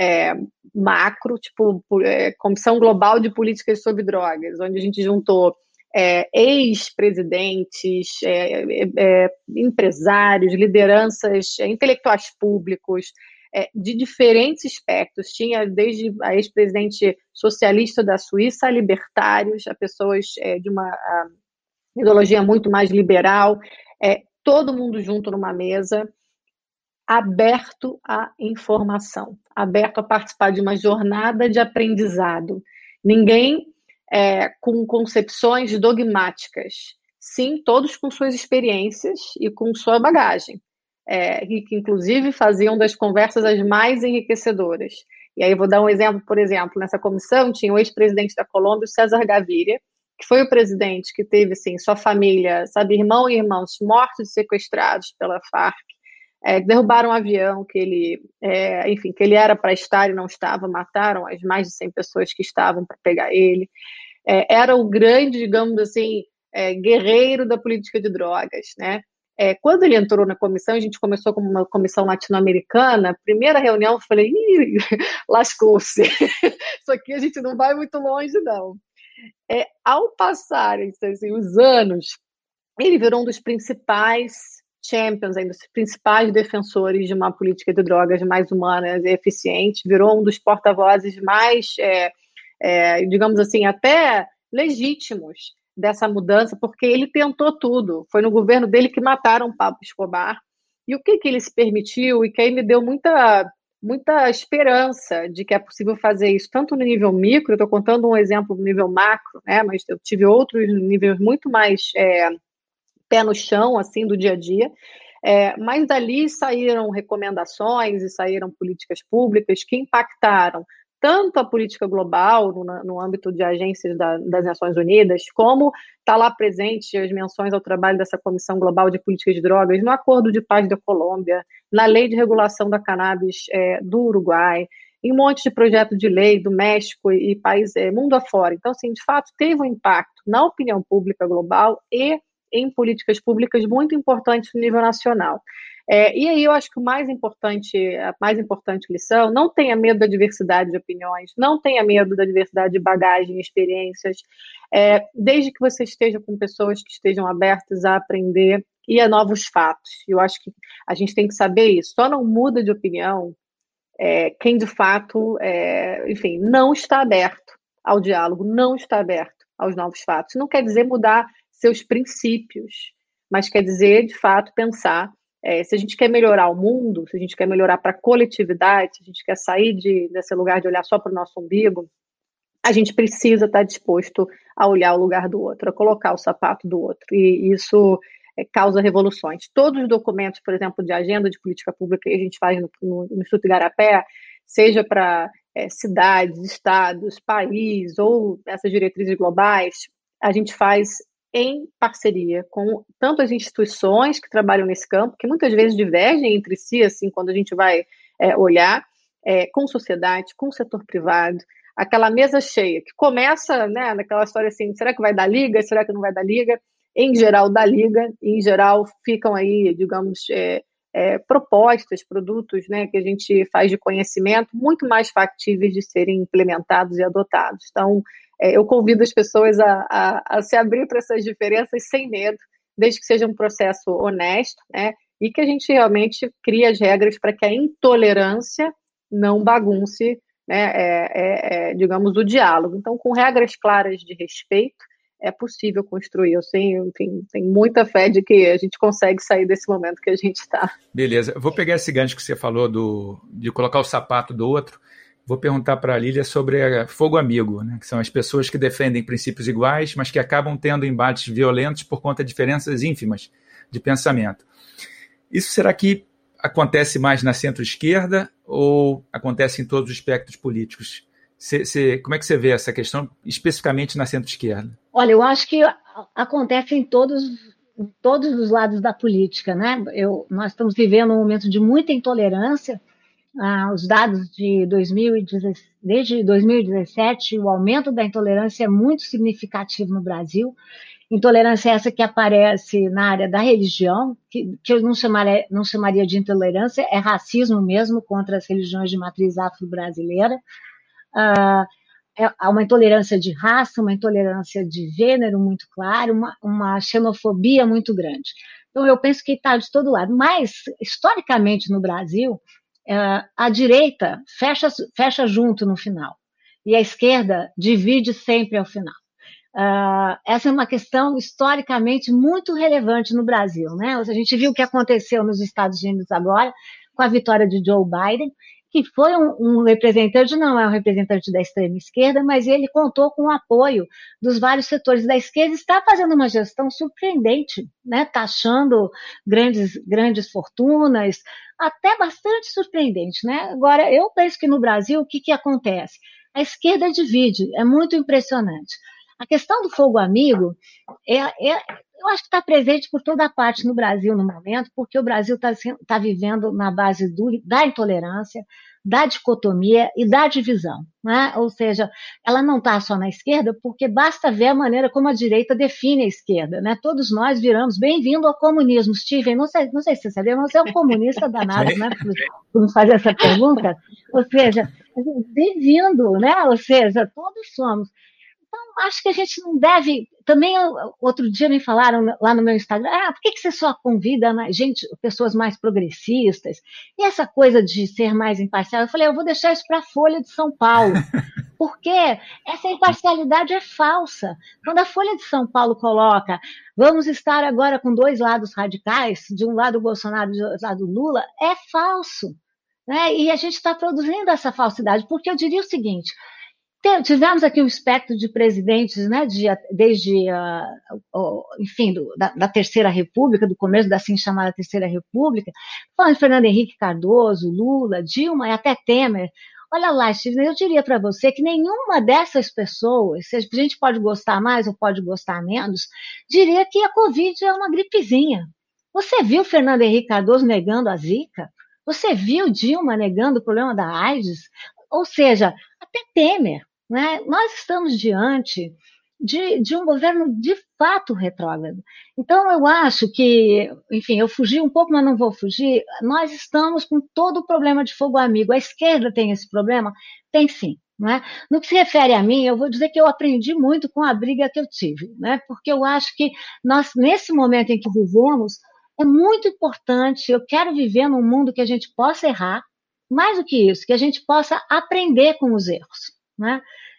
macro, tipo Comissão Global de Políticas sobre Drogas, onde a gente juntou ex-presidentes, empresários, lideranças, intelectuais públicos, de diferentes espectros. Tinha desde a ex-presidente socialista da Suíça a libertários, a pessoas de uma ideologia muito mais liberal, todo mundo junto numa mesa, aberto à informação, aberto a participar de uma jornada de aprendizado. Ninguém com concepções dogmáticas. Sim, todos com suas experiências e com sua bagagem. E que, inclusive, faziam das conversas as mais enriquecedoras. E aí eu vou dar um exemplo, por exemplo, nessa comissão tinha o ex-presidente da Colômbia, o César Gaviria, que foi o presidente que teve, assim, sua família, sabe, irmão e irmãos mortos e sequestrados pela Farc, derrubaram um avião que ele, enfim, que ele era para estar e não estava, mataram as mais de 100 pessoas que estavam para pegar ele. Era o grande, digamos assim, guerreiro da política de drogas, né? Quando ele entrou na comissão, a gente começou como uma comissão latino-americana, primeira reunião, eu falei, ih, lascou-se, isso aqui a gente não vai muito longe, não. Ao passarem assim, os anos, ele virou um dos principais champions, um dos principais defensores de uma política de drogas mais humana e eficiente, virou um dos porta-vozes mais, digamos assim, até legítimos dessa mudança, porque ele tentou tudo. Foi no governo dele que mataram Pablo Escobar. E o que ele se permitiu, e que aí me deu muita esperança de que é possível fazer isso, tanto no nível micro, eu estou contando um exemplo no nível macro, né, mas eu tive outros níveis muito mais pé no chão, assim, do dia a dia, mas dali saíram recomendações e saíram políticas públicas que impactaram tanto a política global, no âmbito de agências das Nações Unidas, como está lá presente as menções ao trabalho dessa Comissão Global de Políticas de Drogas, no Acordo de Paz da Colômbia, na Lei de Regulação da Cannabis do Uruguai, em um monte de projeto de lei do México e país mundo afora. Então, assim, de fato, teve um impacto na opinião pública global e em políticas públicas muito importantes no nível nacional. E aí eu acho que a mais importante lição, não tenha medo da diversidade de opiniões, não tenha medo da diversidade de bagagem e experiências, desde que você esteja com pessoas que estejam abertas a aprender e a novos fatos. Eu acho que a gente tem que saber isso. Só não muda de opinião quem de fato, enfim, não está aberto ao diálogo, não está aberto aos novos fatos. Não quer dizer mudar seus princípios, mas quer dizer, de fato, pensar se a gente quer melhorar o mundo, se a gente quer melhorar para a coletividade, se a gente quer sair desse lugar de olhar só para o nosso umbigo, a gente precisa estar disposto a olhar o lugar do outro, a colocar o sapato do outro. E isso causa revoluções. Todos os documentos, por exemplo, de agenda de política pública que a gente faz no Instituto Igarapé, seja para cidades, estados, país ou essas diretrizes globais, a gente faz em parceria com tanto as instituições que trabalham nesse campo, que muitas vezes divergem entre si, assim, quando a gente vai olhar, com sociedade, com o setor privado, aquela mesa cheia, que começa, né, naquela história assim, será que vai dar liga, será que não vai dar liga? Em geral, dá liga, em geral ficam aí, digamos, propostas, produtos, né, que a gente faz de conhecimento, muito mais factíveis de serem implementados e adotados. Então, eu convido as pessoas a se abrir para essas diferenças sem medo, desde que seja um processo honesto, né, e que a gente realmente crie as regras para que a intolerância não bagunce, né, digamos, o diálogo. Então, com regras claras de respeito, é possível construir. Eu tenho muita fé de que a gente consegue sair desse momento que a gente está. Beleza. Eu vou pegar esse gancho que você falou de colocar o sapato do outro. Vou perguntar para a Lília sobre fogo amigo, né? Que são as pessoas que defendem princípios iguais, mas que acabam tendo embates violentos por conta de diferenças ínfimas de pensamento. Isso será que acontece mais na centro-esquerda ou acontece em todos os espectros políticos? Como é que você vê essa questão, especificamente na centro-esquerda? Olha, eu acho que acontece em todos os lados da política, né? Nós estamos vivendo um momento de muita intolerância. Os dados desde 2017, o aumento da intolerância é muito significativo no Brasil. Intolerância essa que aparece na área da religião, que eu não chamaria de intolerância, é racismo mesmo contra as religiões de matriz afro-brasileira. Há uma intolerância de raça, uma intolerância de gênero muito clara, uma xenofobia muito grande. Então, eu penso que está de todo lado. Mas, historicamente, no Brasil, a direita fecha junto no final, e a esquerda divide sempre ao final. Essa é uma questão historicamente muito relevante no Brasil, né? A gente viu o que aconteceu nos Estados Unidos agora, com a vitória de Joe Biden, que foi um representante, não é um representante da extrema esquerda, mas ele contou com o apoio dos vários setores da esquerda, está fazendo uma gestão surpreendente, né? Taxando grandes fortunas, até bastante surpreendente, né? Agora, eu penso que no Brasil, o que acontece? A esquerda divide, é muito impressionante. A questão do fogo amigo, eu acho que está presente por toda parte no Brasil no momento, porque o Brasil está vivendo na base da intolerância, da dicotomia e da divisão, né? Ou seja, ela não está só na esquerda, porque basta ver a maneira como a direita define a esquerda, né? Todos nós viramos bem-vindo ao comunismo. Steven, não sei se você sabia, mas você é um comunista danado, né? Por me fazer essa pergunta. Ou seja, bem-vindo, né? Ou seja, todos somos. Então, acho que a gente não deve. Também, outro dia me falaram lá no meu Instagram, por que você só convida pessoas mais progressistas? E essa coisa de ser mais imparcial? Eu falei, eu vou deixar isso para a Folha de São Paulo, porque essa imparcialidade é falsa. Quando a Folha de São Paulo coloca, vamos estar agora com dois lados radicais, de um lado o Bolsonaro e do outro lado o Lula, é falso. Né? E a gente está produzindo essa falsidade, porque eu diria o seguinte. Tivemos aqui um espectro de presidentes, né, desde, enfim, da Terceira República, do começo da assim chamada Terceira República, falando de Fernando Henrique Cardoso, Lula, Dilma e até Temer. Olha lá, Steven, eu diria para você que nenhuma dessas pessoas, a gente pode gostar mais ou pode gostar menos, diria que a Covid é uma gripezinha. Você viu Fernando Henrique Cardoso negando a Zika? Você viu Dilma negando o problema da AIDS? Ou seja, até Temer. Né? Nós estamos diante de um governo de fato retrógrado. Então, eu acho que, enfim, eu fugi um pouco, mas não vou fugir. Nós estamos com todo o problema de fogo amigo. A esquerda tem esse problema? Tem sim. Né? No que se refere a mim, eu vou dizer que eu aprendi muito com a briga que eu tive, né? Porque eu acho que nós, nesse momento em que vivemos, é muito importante. Eu quero viver num mundo que a gente possa errar, mais do que isso, que a gente possa aprender com os erros. Né?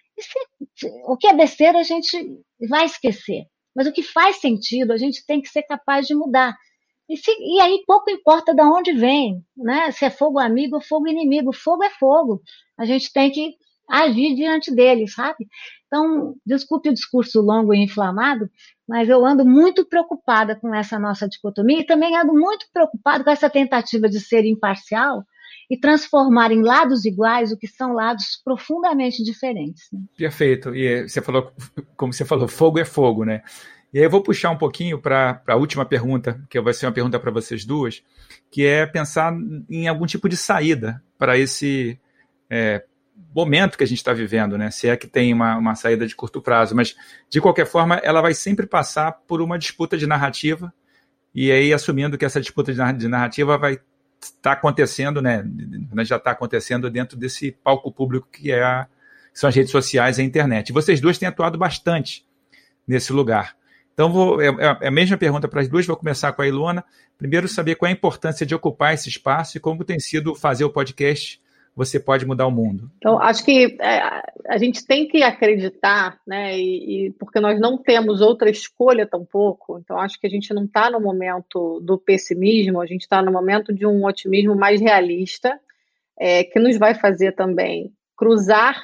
O que é besteira a gente vai esquecer, mas o que faz sentido a gente tem que ser capaz de mudar. E aí pouco importa de onde vem, né? Se é fogo amigo ou fogo inimigo. Fogo é fogo. A gente tem que agir diante dele, sabe? Então, desculpe o discurso longo e inflamado, mas eu ando muito preocupada com essa nossa dicotomia e também ando muito preocupada com essa tentativa de ser imparcial e transformar em lados iguais o que são lados profundamente diferentes. Né? Perfeito. E você falou, como você falou, fogo é fogo, né? E aí eu vou puxar um pouquinho para a última pergunta, que vai ser uma pergunta para vocês duas, que é pensar em algum tipo de saída para esse momento que a gente está vivendo, né? Se é que tem uma saída de curto prazo, mas de qualquer forma ela vai sempre passar por uma disputa de narrativa, e aí assumindo que essa disputa de narrativa vai estar acontecendo, né? Já está acontecendo dentro desse palco público que são as redes sociais e a internet. E vocês duas têm atuado bastante nesse lugar. Então, é a mesma pergunta para as duas, vou começar com a Ilona. Primeiro, saber qual é a importância de ocupar esse espaço e como tem sido fazer o podcast Você Pode Mudar o Mundo. Então, acho que a gente tem que acreditar, né, porque nós não temos outra escolha tampouco, então acho que a gente não está no momento do pessimismo, a gente está no momento de um otimismo mais realista, que nos vai fazer também cruzar,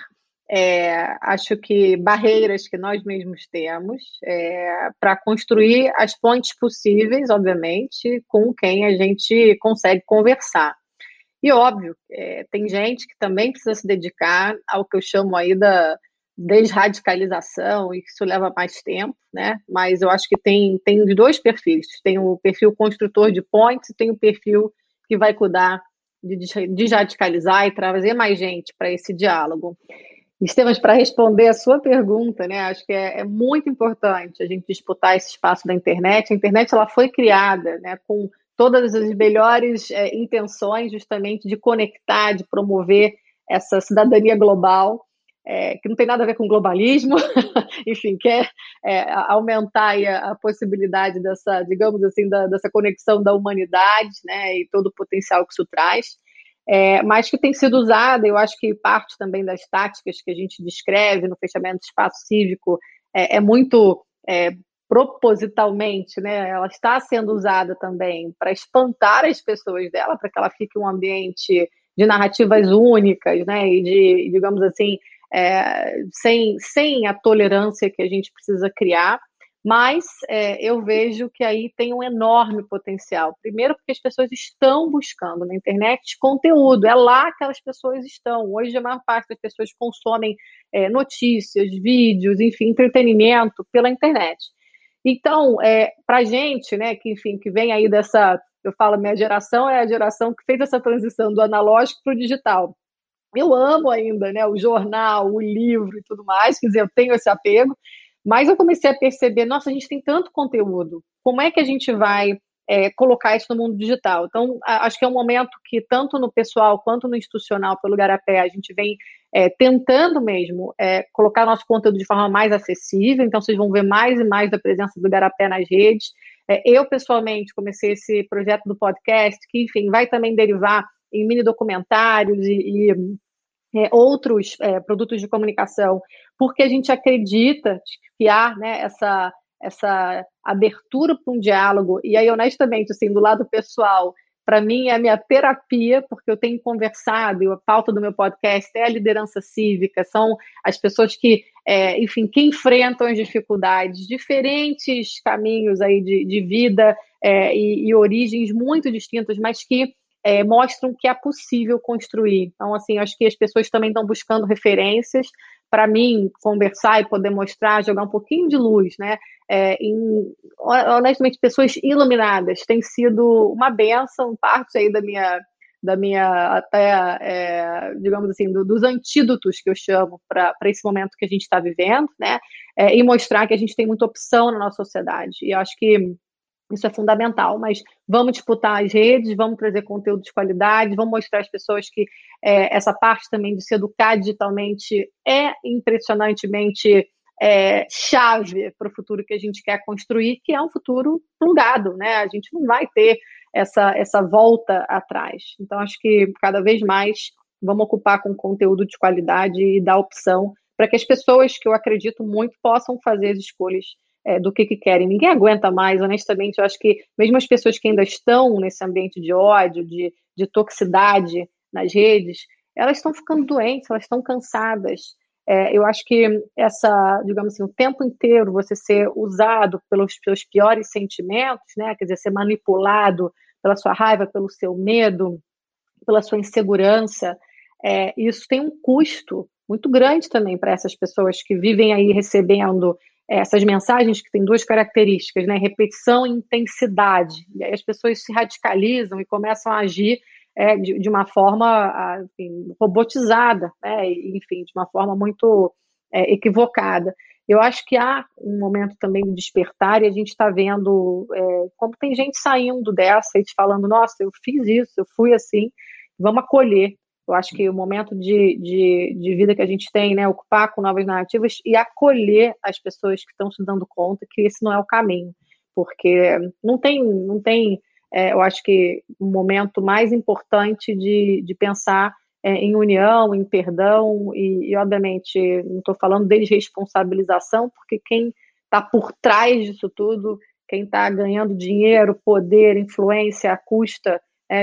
acho que barreiras que nós mesmos temos, para construir as pontes possíveis, obviamente, com quem a gente consegue conversar. E óbvio, tem gente que também precisa se dedicar ao que eu chamo aí da desradicalização, e que isso leva mais tempo, né? Mas eu acho que tem os dois perfis, tem o perfil construtor de pontes e tem o perfil que vai cuidar de desradicalizar e trazer mais gente para esse diálogo. Estevam, para responder a sua pergunta, né, acho que é muito importante a gente disputar esse espaço da internet. A internet ela foi criada, né, com todas as melhores intenções justamente de conectar, de promover essa cidadania global, que não tem nada a ver com globalismo, enfim, quer aumentar aí a possibilidade dessa, digamos assim, dessa conexão da humanidade, né, e todo o potencial que isso traz. Mas que tem sido usada, eu acho que parte também das táticas que a gente descreve no fechamento do espaço cívico é muito propositalmente, né? Ela está sendo usada também para espantar as pessoas dela, para que ela fique um ambiente de narrativas únicas, né? E de, digamos assim, sem a tolerância que a gente precisa criar. Mas eu vejo que aí tem um enorme potencial. Primeiro porque as pessoas estão buscando na internet conteúdo, é lá que as pessoas estão. Hoje a maior parte das pessoas consomem notícias, vídeos, enfim, entretenimento pela internet. Então, para a gente, né, que vem aí dessa, eu falo, minha geração é a geração que fez essa transição do analógico para o digital. Eu amo ainda, né, o jornal, o livro e tudo mais, quer dizer, eu tenho esse apego, mas eu comecei a perceber, nossa, a gente tem tanto conteúdo, como é que a gente vai colocar isso no mundo digital? Então, acho que é um momento que, tanto no pessoal quanto no institucional, pelo Garapé, a gente vem tentando mesmo colocar nosso conteúdo de forma mais acessível, então vocês vão ver mais e mais da presença do Garapé nas redes. Eu, pessoalmente, comecei esse projeto do podcast, que, enfim, vai também derivar em mini documentários e outros produtos de comunicação, porque a gente acredita de criar, né, essa abertura para um diálogo. E aí, honestamente, assim, do lado pessoal, para mim é a minha terapia, porque eu tenho conversado, e a pauta do meu podcast é a liderança cívica, são as pessoas que, enfim, que enfrentam as dificuldades, diferentes caminhos aí de vida e origens muito distintas, mas que mostram que é possível construir. Então, assim, acho que as pessoas também estão buscando referências. Para mim, conversar e poder mostrar, jogar um pouquinho de luz, né? Honestamente, pessoas iluminadas tem sido uma bênção, parte aí da minha até, digamos assim, dos antídotos que eu chamo para esse momento que a gente está vivendo, né? E mostrar que a gente tem muita opção na nossa sociedade. E eu acho que isso é fundamental, mas vamos disputar as redes, vamos trazer conteúdo de qualidade, vamos mostrar às pessoas que essa parte também de se educar digitalmente é impressionantemente chave para o futuro que a gente quer construir, que é um futuro plugado, né? A gente não vai ter essa volta atrás. Então, acho que cada vez mais vamos ocupar com conteúdo de qualidade e dar opção para que as pessoas, que eu acredito muito, possam fazer as escolhas do que querem. Ninguém aguenta mais, honestamente. Eu acho que mesmo as pessoas que ainda estão nesse ambiente de ódio, de toxicidade nas redes, elas estão ficando doentes, elas estão cansadas. Eu acho que digamos assim, o tempo inteiro você ser usado pelos seus piores sentimentos, né? Quer dizer, ser manipulado pela sua raiva, pelo seu medo, pela sua insegurança, isso tem um custo muito grande também para essas pessoas que vivem aí recebendo essas mensagens que têm duas características, né? Repetição e intensidade. E aí as pessoas se radicalizam e começam a agir de uma forma, enfim, robotizada, né? Enfim, de uma forma muito equivocada. Eu acho que há um momento também de despertar e a gente está vendo como tem gente saindo dessa e falando, nossa, eu fiz isso, eu fui assim, vamos acolher. Eu acho que o momento de vida que a gente tem, né, ocupar com novas narrativas e acolher as pessoas que estão se dando conta que esse não é o caminho, porque não tem eu acho que um momento mais importante de pensar em união, em perdão e obviamente, não estou falando de desresponsabilização, porque quem está por trás disso tudo, quem está ganhando dinheiro, poder, influência à custa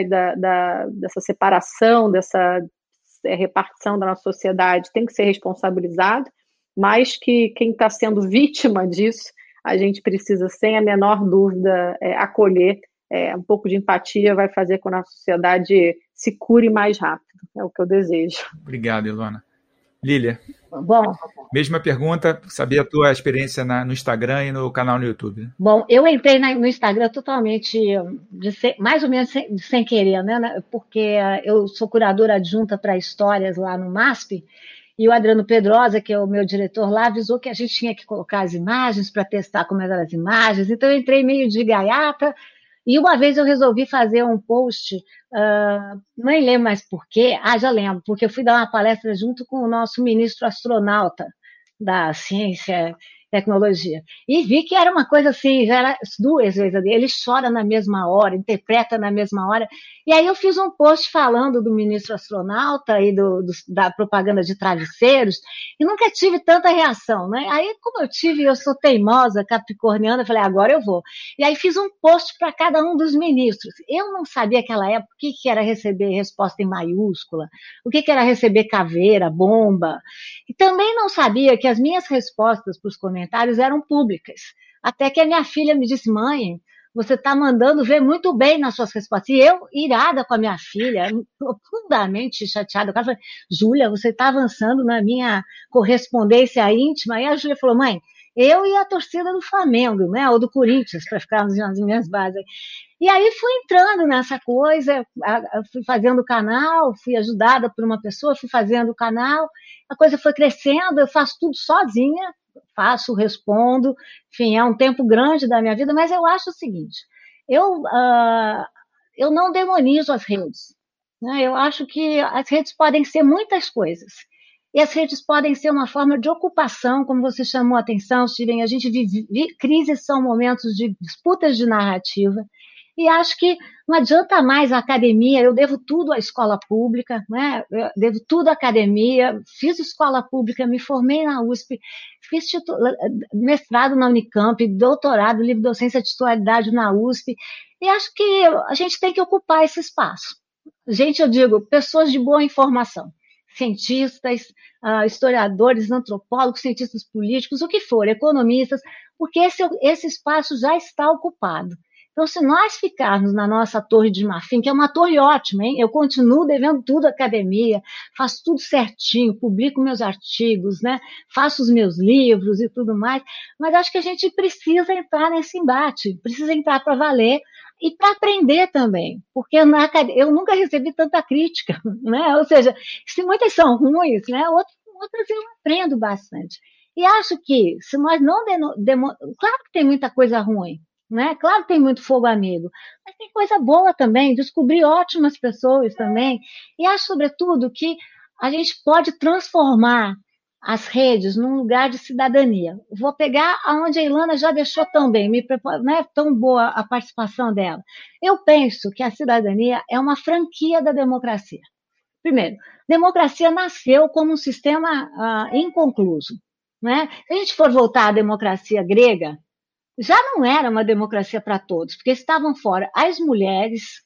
dessa separação, dessa repartição da nossa sociedade, tem que ser responsabilizado, mas que quem está sendo vítima disso, a gente precisa, sem a menor dúvida, acolher. Um pouco de empatia vai fazer com que a nossa sociedade se cure mais rápido. É o que eu desejo. Obrigado, Ilona. Lília, Bom, mesma pergunta, saber a tua experiência no Instagram e no canal no YouTube. Bom, eu entrei no Instagram totalmente, mais ou menos sem querer, né? Porque eu sou curadora adjunta para histórias lá no MASP, e o Adriano Pedrosa, que é o meu diretor lá, avisou que a gente tinha que colocar as imagens para testar como eram as imagens, então eu entrei meio de gaiata, e uma vez eu resolvi fazer um post, nem lembro mais por quê, já lembro, porque eu fui dar uma palestra junto com o nosso ministro astronauta da ciência tecnologia. E vi que era uma coisa assim, já era duas vezes ali. Ele chora na mesma hora, interpreta na mesma hora. E aí eu fiz um post falando do ministro astronauta e da propaganda de travesseiros, e nunca tive tanta reação, né? Aí, como eu sou teimosa, capricorniana, eu falei, agora eu vou. E aí fiz um post para cada um dos ministros. Eu não sabia naquela época o que era receber resposta em maiúscula, o que era receber caveira, bomba. E também não sabia que as minhas respostas para os comentários eram públicas. Até que a minha filha me disse, mãe, você está mandando ver muito bem nas suas respostas. E eu, irada com a minha filha, profundamente chateada, eu falei, Júlia, você está avançando na minha correspondência íntima. E a Júlia falou, mãe, eu e a torcida do Flamengo, né, ou do Corinthians, para ficar nas minhas bases. E aí fui entrando nessa coisa, fui fazendo o canal, fui ajudada por uma pessoa, fui fazendo o canal, a coisa foi crescendo, eu faço tudo sozinha, faço, respondo, enfim, é um tempo grande da minha vida, mas eu acho o seguinte, eu não demonizo as redes, né? Eu acho que as redes podem ser muitas coisas, e as redes podem ser uma forma de ocupação, como você chamou a atenção, Steven, a gente vive, crises são momentos de disputas de narrativa, e acho que não adianta mais a academia, eu devo tudo à escola pública, né? Eu devo tudo à academia, fiz escola pública, me formei na USP, fiz mestrado na Unicamp, doutorado, livre docência de titularidade na USP, e acho que a gente tem que ocupar esse espaço. Gente, eu digo, pessoas de boa informação, cientistas, historiadores, antropólogos, cientistas políticos, o que for, economistas, porque esse espaço já está ocupado. Então, se nós ficarmos na nossa torre de marfim, que é uma torre ótima, hein? Eu continuo devendo tudo à academia, faço tudo certinho, publico meus artigos, né? Faço os meus livros e tudo mais, mas acho que a gente precisa entrar nesse embate, precisa entrar para valer e para aprender também, porque eu nunca recebi tanta crítica, né? Ou seja, se muitas são ruins, né? Outras eu aprendo bastante. E acho que se nós não claro que tem muita coisa ruim, né? Claro que tem muito fogo amigo, mas tem coisa boa também, descobri ótimas pessoas também, e acho, sobretudo, que a gente pode transformar as redes num lugar de cidadania. Vou pegar aonde a Ilana já deixou tão bem, não é tão boa a participação dela. Eu penso que a cidadania é uma franquia da democracia. Primeiro, democracia nasceu como um sistema inconcluso, né? Se a gente for voltar à democracia grega, já não era uma democracia para todos, porque estavam fora as mulheres,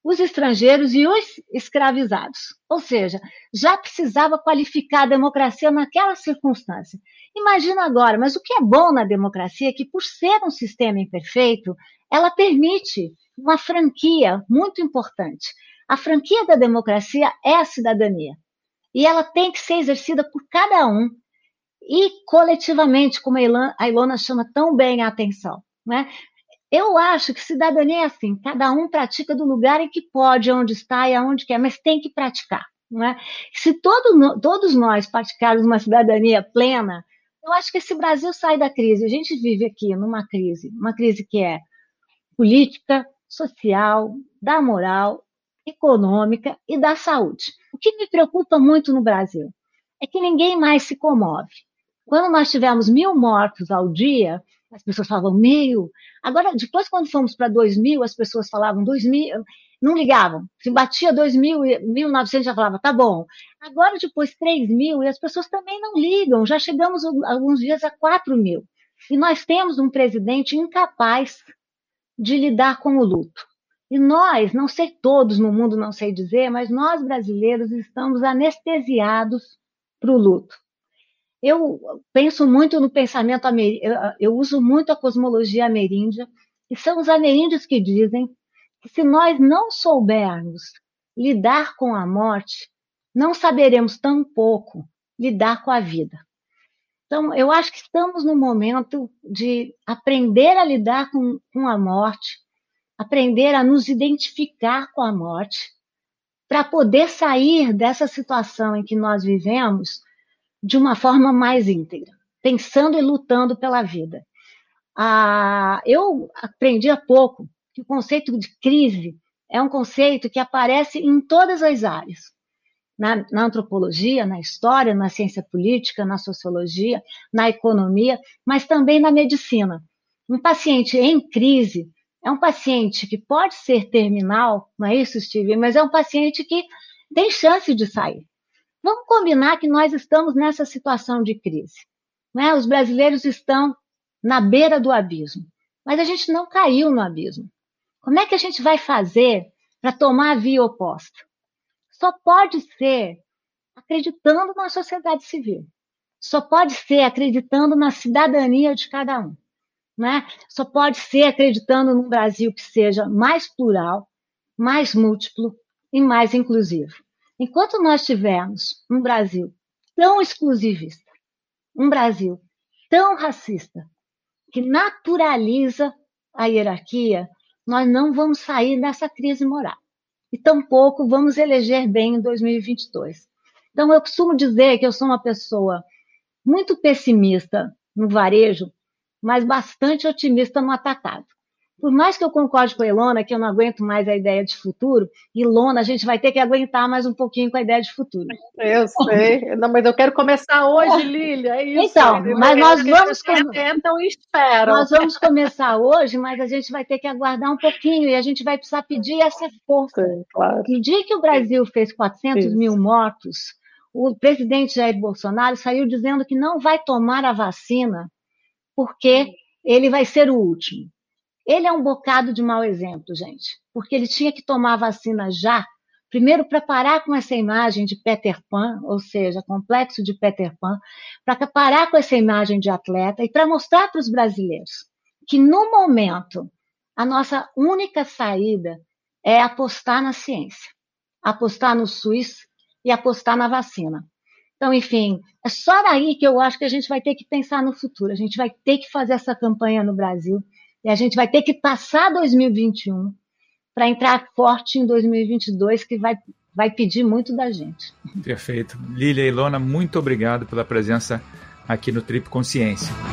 os estrangeiros e os escravizados. Ou seja, já precisava qualificar a democracia naquela circunstância. Imagina agora, mas o que é bom na democracia é que, por ser um sistema imperfeito, ela permite uma franquia muito importante. A franquia da democracia é a cidadania. E ela tem que ser exercida por cada um e coletivamente, como a Ilona chama tão bem a atenção, né? Eu acho que cidadania é assim, cada um pratica do lugar em que pode, onde está e aonde quer, mas tem que praticar, não é? Se todos nós praticarmos uma cidadania plena, eu acho que esse Brasil sai da crise. A gente vive aqui numa crise, uma crise que é política, social, da moral, econômica e da saúde. O que me preocupa muito no Brasil é que ninguém mais se comove. Quando nós tivemos 1.000 mortos ao dia, as pessoas falavam 1.000. Agora, depois, quando fomos para 2.000, as pessoas falavam 2.000, não ligavam. Se batia 2.000, 1.900, já falava, tá bom. Agora, depois, 3.000, e as pessoas também não ligam. Já chegamos alguns dias a 4.000. E nós temos um presidente incapaz de lidar com o luto. E nós, não sei todos no mundo, não sei dizer, mas nós brasileiros estamos anestesiados para o luto. Eu penso muito no pensamento eu uso muito a cosmologia ameríndia, e são os ameríndios que dizem que se nós não soubermos lidar com a morte, não saberemos tampouco lidar com a vida. Então, eu acho que estamos no momento de aprender a lidar com a morte, aprender a nos identificar com a morte, para poder sair dessa situação em que nós vivemos de uma forma mais íntegra, pensando e lutando pela vida. Eu aprendi há pouco que o conceito de crise é um conceito que aparece em todas as áreas. Na antropologia, na história, na ciência política, na sociologia, na economia, mas também na medicina. Um paciente em crise é um paciente que pode ser terminal, não é isso, Steve? Mas é um paciente que tem chance de sair. Vamos combinar que nós estamos nessa situação de crise, né? Os brasileiros estão na beira do abismo, mas a gente não caiu no abismo. Como é que a gente vai fazer para tomar a via oposta? Só pode ser acreditando na sociedade civil. Só pode ser acreditando na cidadania de cada um, né? Só pode ser acreditando num Brasil que seja mais plural, mais múltiplo e mais inclusivo. Enquanto nós tivermos um Brasil tão exclusivista, um Brasil tão racista, que naturaliza a hierarquia, nós não vamos sair dessa crise moral. E tampouco vamos eleger bem em 2022. Então, eu costumo dizer que eu sou uma pessoa muito pessimista no varejo, mas bastante otimista no atacado. Por mais que eu concorde com a Ilona, que eu não aguento mais a ideia de futuro, Ilona, a gente vai ter que aguentar mais um pouquinho com a ideia de futuro. Eu sei. Não, mas eu quero começar hoje, Lília, é isso. Então, mas nós vamos... Tentam e esperam. Nós vamos começar hoje, mas a gente vai ter que aguardar um pouquinho e a gente vai precisar pedir essa força. Sim, claro. No dia que o Brasil fez 400.000 mortos, o presidente Jair Bolsonaro saiu dizendo que não vai tomar a vacina porque ele vai ser o último. Ele é um bocado de mau exemplo, gente, porque ele tinha que tomar a vacina já, primeiro para parar com essa imagem de Peter Pan, ou seja, complexo de Peter Pan, para parar com essa imagem de atleta e para mostrar para os brasileiros que, no momento, a nossa única saída é apostar na ciência, apostar no SUS e apostar na vacina. Então, enfim, é só daí que eu acho que a gente vai ter que pensar no futuro, a gente vai ter que fazer essa campanha no Brasil, e a gente vai ter que passar 2021 para entrar forte em 2022, que vai pedir muito da gente. Perfeito. Lília e Ilona, muito obrigado pela presença aqui no Trip Consciência.